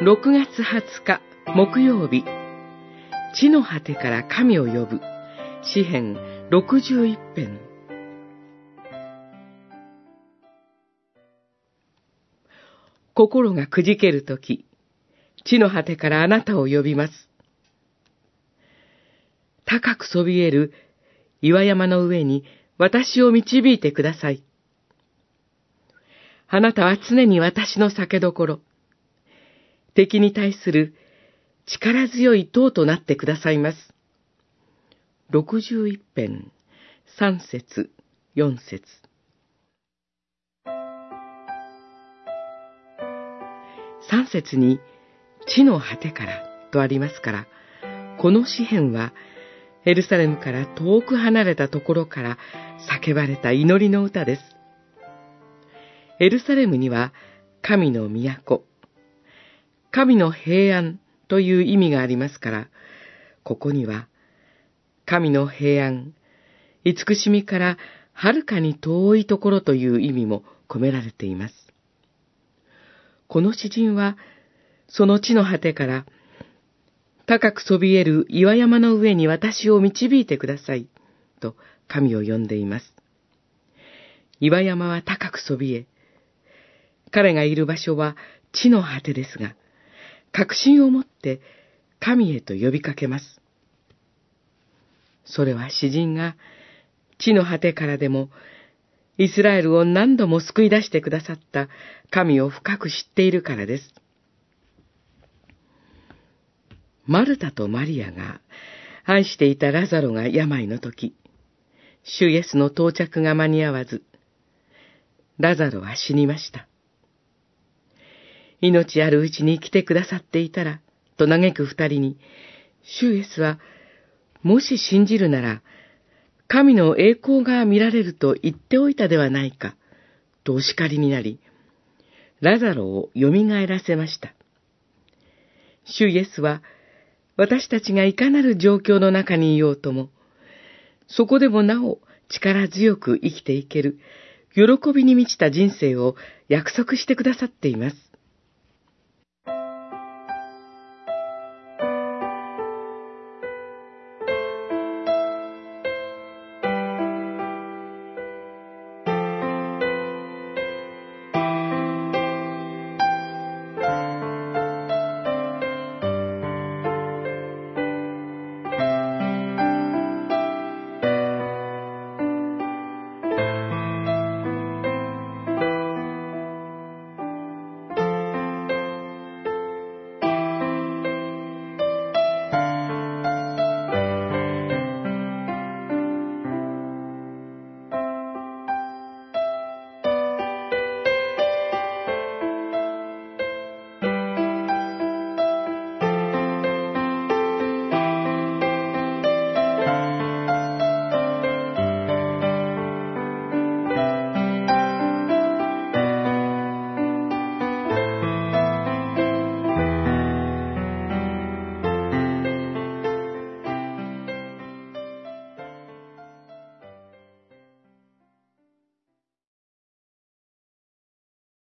6月20日木曜日、地の果てから神を呼ぶ、詩編61編。心がくじけるとき、地の果てからあなたを呼びます。高くそびえる岩山の上に私を導いてください。あなたは常に私の酒どころ。敵に対する力強い塔となってくださいます。61編、3節、4節。3節に地の果てからとありますから、この詩編はエルサレムから遠く離れたところから叫ばれた祈りの歌です。エルサレムには神の都、神の平安という意味がありますから、ここには神の平安、慈しみからはるかに遠いところという意味も込められています。この詩人はその地の果てから高くそびえる岩山の上に私を導いてくださいと神を呼んでいます。岩山は高くそびえ、彼がいる場所は地の果てですが、確信を持って神へと呼びかけます。それは詩人が地の果てからでもイスラエルを何度も救い出してくださった神を深く知っているからです。マルタとマリアが愛していたラザロが病の時、主イエスの到着が間に合わず、ラザロは死にました。命あるうちに来てくださっていたら、と嘆く二人に、主イエスは、もし信じるなら、神の栄光が見られると言っておいたではないか、とお叱りになり、ラザロを蘇らせました。主イエスは、私たちがいかなる状況の中にいようとも、そこでもなお力強く生きていける、喜びに満ちた人生を約束してくださっています。